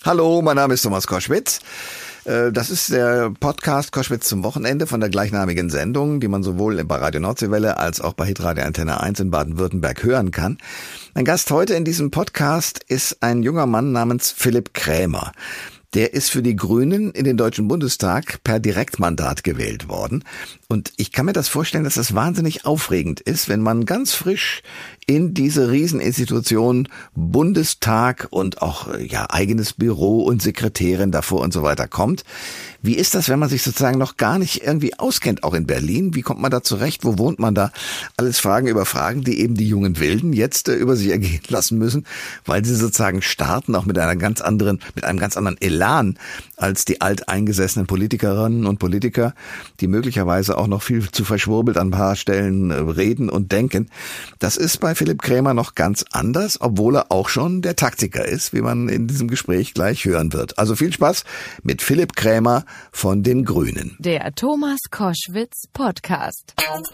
Hallo, mein Name ist Thomas Koschwitz. Das ist der Podcast Koschwitz zum Wochenende von der gleichnamigen Sendung, die man sowohl bei Radio Nordseewelle als auch bei Hitradio Antenne 1 in Baden-Württemberg hören kann. Mein Gast heute in diesem Podcast ist ein junger Mann namens Philipp Krämer. Der ist für die Grünen in den Deutschen Bundestag per Direktmandat gewählt worden. Und ich kann mir das vorstellen, dass das wahnsinnig aufregend ist, wenn man ganz frisch in diese Rieseninstitution Bundestag und auch eigenes Büro und Sekretärin davor und so weiter kommt. Wie ist das, wenn man sich sozusagen noch gar nicht irgendwie auskennt, auch in Berlin? Wie kommt man da zurecht? Wo wohnt man da? Alles Fragen über Fragen, die eben die jungen Wilden jetzt über sich ergehen lassen müssen, weil sie sozusagen starten, auch mit einem ganz anderen Elan als die alteingesessenen Politikerinnen und Politiker, die möglicherweise auch noch viel zu verschwurbelt an ein paar Stellen reden und denken. Das ist bei Philipp Krämer noch ganz anders, obwohl er auch schon der Taktiker ist, wie man in diesem Gespräch gleich hören wird. Also viel Spaß mit Philipp Krämer von den Grünen. Der Thomas Koschwitz Podcast.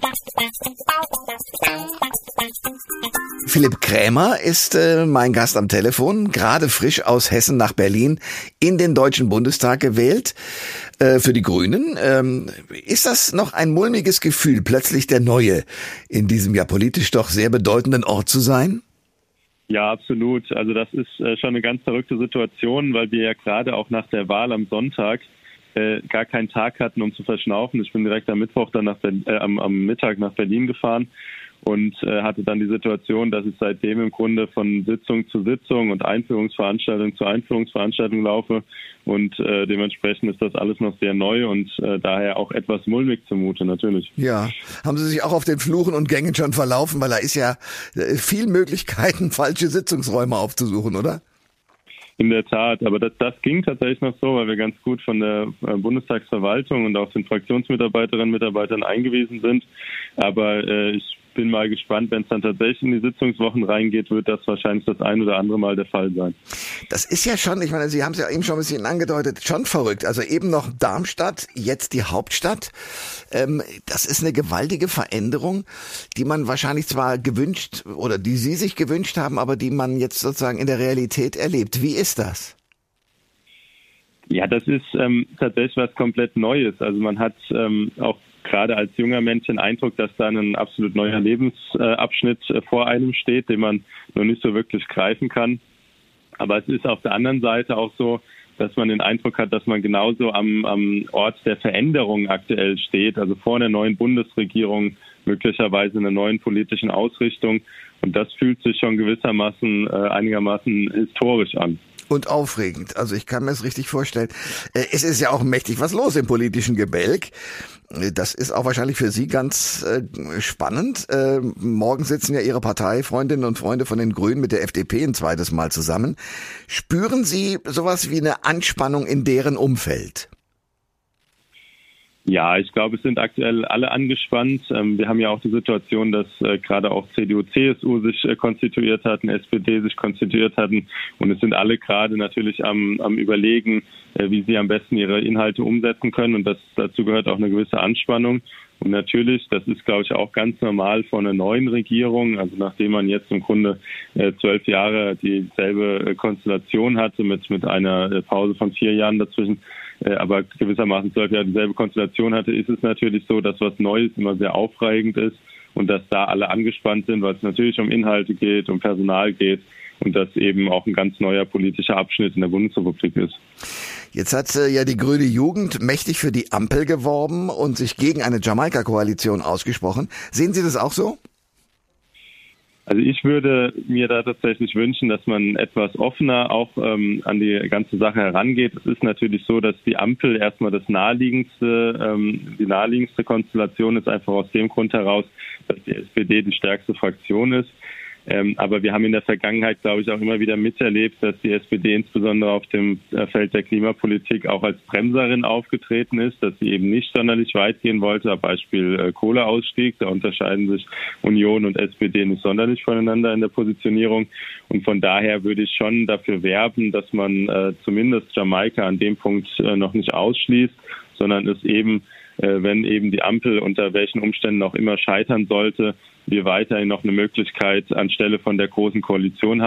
Philipp Krämer ist mein Gast am Telefon, gerade frisch aus Hessen nach Berlin in den Deutschen Bundestag gewählt für die Grünen. Ist das noch ein mulmiges Gefühl, plötzlich der Neue in diesem ja politisch doch sehr bedeutenden Ort zu sein? Ja, absolut. Also das ist schon eine ganz verrückte Situation, weil wir ja gerade auch nach der Wahl am Sonntag gar keinen Tag hatten, um zu verschnaufen. Ich bin direkt am Mittwoch dann am Mittag nach Berlin gefahren und hatte dann die Situation, dass ich seitdem im Grunde von Sitzung zu Sitzung und Einführungsveranstaltung zu Einführungsveranstaltung laufe und dementsprechend ist das alles noch sehr neu und daher auch etwas mulmig zumute, natürlich. Ja, haben Sie sich auch auf den Fluren und Gängen schon verlaufen, weil da ist ja viel Möglichkeiten, falsche Sitzungsräume aufzusuchen, oder? In der Tat, aber das ging tatsächlich noch so, weil wir ganz gut von der Bundestagsverwaltung und auch den Fraktionsmitarbeiterinnen und Mitarbeitern eingewiesen sind. Aber ich bin mal gespannt, wenn es dann tatsächlich in die Sitzungswochen reingeht, wird das wahrscheinlich das ein oder andere Mal der Fall sein. Das ist ja schon, ich meine, Sie haben es ja eben schon ein bisschen angedeutet, schon verrückt. Also eben noch Darmstadt, jetzt die Hauptstadt. Das ist eine gewaltige Veränderung, die man wahrscheinlich zwar gewünscht oder die Sie sich gewünscht haben, aber die man jetzt sozusagen in der Realität erlebt. Wie ist das? Ja, das ist tatsächlich was komplett Neues. Also man hat auch gerade als junger Mensch den Eindruck, dass da ein absolut neuer Lebensabschnitt vor einem steht, den man noch nicht so wirklich greifen kann. Aber es ist auf der anderen Seite auch so, dass man den Eindruck hat, dass man genauso am Ort der Veränderung aktuell steht, also vor einer neuen Bundesregierung, möglicherweise einer neuen politischen Ausrichtung. Und das fühlt sich schon gewissermaßen einigermaßen historisch an. Und aufregend. Also ich kann mir das richtig vorstellen. Es ist ja auch mächtig was los im politischen Gebälk. Das ist auch wahrscheinlich für Sie ganz spannend. Morgen sitzen ja Ihre Parteifreundinnen und Freunde von den Grünen mit der FDP ein zweites Mal zusammen. Spüren Sie sowas wie eine Anspannung in deren Umfeld? Ja, ich glaube, es sind aktuell alle angespannt. Wir haben ja auch die Situation, dass gerade auch CDU, CSU sich konstituiert hatten, SPD sich konstituiert hatten. Und es sind alle gerade natürlich am Überlegen, wie sie am besten ihre Inhalte umsetzen können. Und dazu gehört auch eine gewisse Anspannung. Und natürlich, das ist, glaube ich, auch ganz normal von einer neuen Regierung. Also nachdem man jetzt im Grunde 12 Jahre dieselbe Konstellation hatte mit einer Pause von 4 Jahren dazwischen, aber gewissermaßen 12 Jahre dieselbe Konstellation hatte, ist es natürlich so, dass was Neues immer sehr aufregend ist und dass da alle angespannt sind, weil es natürlich um Inhalte geht, um Personal geht und das eben auch ein ganz neuer politischer Abschnitt in der Bundesrepublik ist. Jetzt hat ja die grüne Jugend mächtig für die Ampel geworben und sich gegen eine Jamaika-Koalition ausgesprochen. Sehen Sie das auch so? Also ich würde mir da tatsächlich wünschen, dass man etwas offener auch an die ganze Sache herangeht. Es ist natürlich so, dass die Ampel erstmal die naheliegendste Konstellation ist, einfach aus dem Grund heraus, dass die SPD die stärkste Fraktion ist. Aber wir haben in der Vergangenheit, glaube ich, auch immer wieder miterlebt, dass die SPD insbesondere auf dem Feld der Klimapolitik auch als Bremserin aufgetreten ist, dass sie eben nicht sonderlich weit gehen wollte. Am Beispiel Kohleausstieg, da unterscheiden sich Union und SPD nicht sonderlich voneinander in der Positionierung. Und von daher würde ich schon dafür werben, dass man zumindest Jamaika an dem Punkt noch nicht ausschließt, sondern es eben, wenn eben die Ampel unter welchen Umständen auch immer scheitern sollte, wir weiterhin noch eine Möglichkeit anstelle von der großen Koalition haben,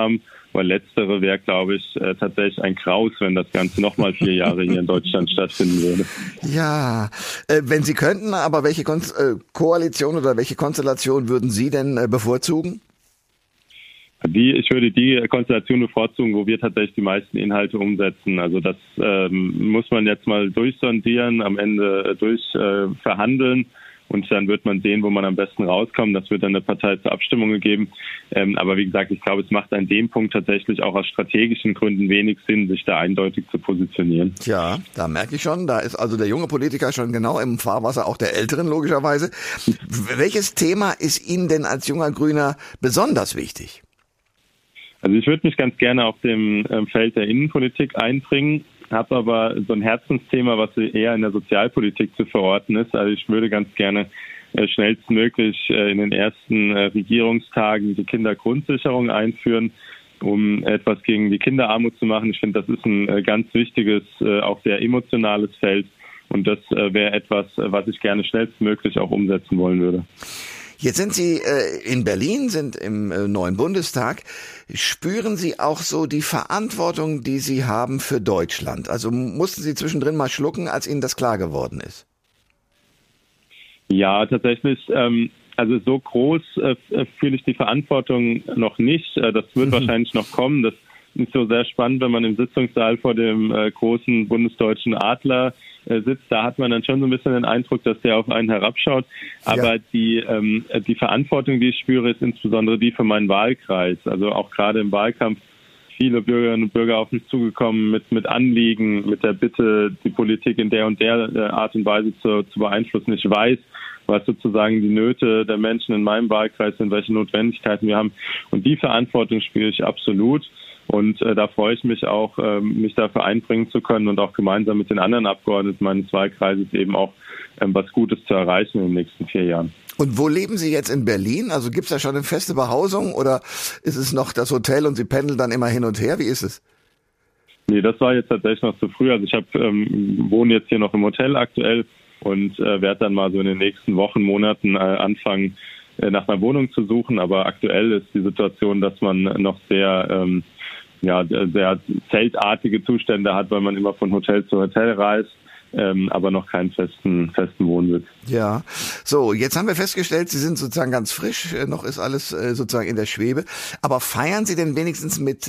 weil letztere wäre, glaube ich, tatsächlich ein Graus, wenn das Ganze nochmal 4 Jahre hier in Deutschland stattfinden würde. Ja, wenn Sie könnten, aber welche Koalition oder welche Konstellation würden Sie denn bevorzugen? Ich würde die Konstellation bevorzugen, wo wir tatsächlich die meisten Inhalte umsetzen. Also das muss man jetzt mal durchsondieren, am Ende verhandeln und dann wird man sehen, wo man am besten rauskommt. Das wird dann der Partei zur Abstimmung gegeben. Aber wie gesagt, ich glaube, es macht an dem Punkt tatsächlich auch aus strategischen Gründen wenig Sinn, sich da eindeutig zu positionieren. Tja, da merke ich schon, da ist also der junge Politiker schon genau im Fahrwasser auch der Älteren logischerweise. Welches Thema ist Ihnen denn als junger Grüner besonders wichtig? Also ich würde mich ganz gerne auf dem Feld der Innenpolitik einbringen, habe aber so ein Herzensthema, was eher in der Sozialpolitik zu verorten ist. Also ich würde ganz gerne schnellstmöglich in den ersten Regierungstagen die Kindergrundsicherung einführen, um etwas gegen die Kinderarmut zu machen. Ich finde, das ist ein ganz wichtiges, auch sehr emotionales Feld und das wäre etwas, was ich gerne schnellstmöglich auch umsetzen wollen würde. Jetzt sind Sie in Berlin, sind im neuen Bundestag. Spüren Sie auch so die Verantwortung, die Sie haben für Deutschland? Also mussten Sie zwischendrin mal schlucken, als Ihnen das klar geworden ist? Ja, tatsächlich. Also so groß fühle ich die Verantwortung noch nicht. Das wird wahrscheinlich noch kommen. Das ist so sehr spannend, wenn man im Sitzungssaal vor dem großen bundesdeutschen Adler sitzt. Da hat man dann schon so ein bisschen den Eindruck, dass der auf einen herabschaut. Aber ja, die Verantwortung, die ich spüre, ist insbesondere die für meinen Wahlkreis. Also auch gerade im Wahlkampf viele Bürgerinnen und Bürger auf mich zugekommen mit Anliegen, mit der Bitte, die Politik in der und der Art und Weise zu beeinflussen. Ich weiß, was sozusagen die Nöte der Menschen in meinem Wahlkreis sind, welche Notwendigkeiten wir haben. Und die Verantwortung spüre ich absolut. Und da freue ich mich auch, mich dafür einbringen zu können und auch gemeinsam mit den anderen Abgeordneten meines Wahlkreises eben auch was Gutes zu erreichen in den nächsten 4 Jahren. Und wo leben Sie jetzt in Berlin? Also gibt es da schon eine feste Behausung oder ist es noch das Hotel und Sie pendeln dann immer hin und her? Wie ist es? Nee, das war jetzt tatsächlich noch zu früh. Also ich wohne jetzt hier noch im Hotel aktuell und werde dann mal so in den nächsten Wochen, Monaten anfangen, nach einer Wohnung zu suchen. Aber aktuell ist die Situation, dass man noch sehr zeltartige Zustände hat, weil man immer von Hotel zu Hotel reist, aber noch keinen festen Wohnsitz. Ja, so, jetzt haben wir festgestellt, Sie sind sozusagen ganz frisch, noch ist alles sozusagen in der Schwebe, aber feiern Sie denn wenigstens mit,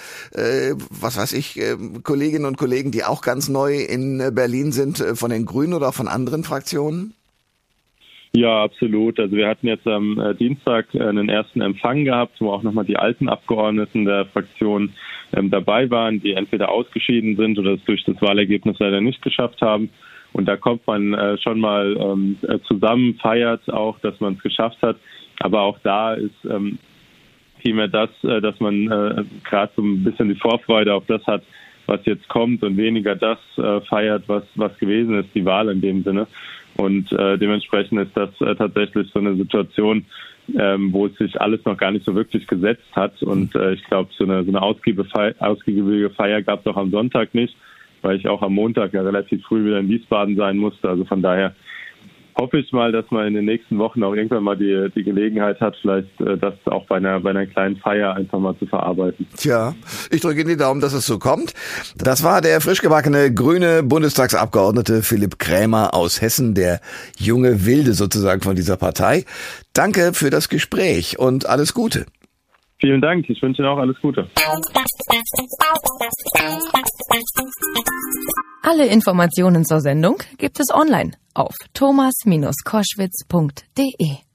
Kolleginnen und Kollegen, die auch ganz neu in Berlin sind, von den Grünen oder von anderen Fraktionen? Ja, absolut. Also wir hatten jetzt am Dienstag einen ersten Empfang gehabt, wo auch nochmal die alten Abgeordneten der Fraktion dabei waren, die entweder ausgeschieden sind oder es durch das Wahlergebnis leider nicht geschafft haben. Und da kommt man schon mal zusammen, feiert auch, dass man es geschafft hat. Aber auch da ist vielmehr das, dass man gerade so ein bisschen die Vorfreude auf das hat, was jetzt kommt und weniger das feiert, was gewesen ist, die Wahl in dem Sinne. Und dementsprechend ist das tatsächlich so eine Situation, wo es sich alles noch gar nicht so wirklich gesetzt hat. Und ich glaube, so eine ausgiebige Feier gab es auch am Sonntag nicht, weil ich auch am Montag ja relativ früh wieder in Wiesbaden sein musste. Also von daher hoffe ich mal, dass man in den nächsten Wochen auch irgendwann mal die Gelegenheit hat, vielleicht das auch bei einer kleinen Feier einfach mal zu verarbeiten. Tja, ich drücke Ihnen die Daumen, dass es so kommt. Das war der frisch gebackene grüne Bundestagsabgeordnete Philipp Krämer aus Hessen, der junge Wilde sozusagen von dieser Partei. Danke für das Gespräch und alles Gute. Vielen Dank, ich wünsche Ihnen auch alles Gute. Alle Informationen zur Sendung gibt es online auf thomas-koschwitz.de.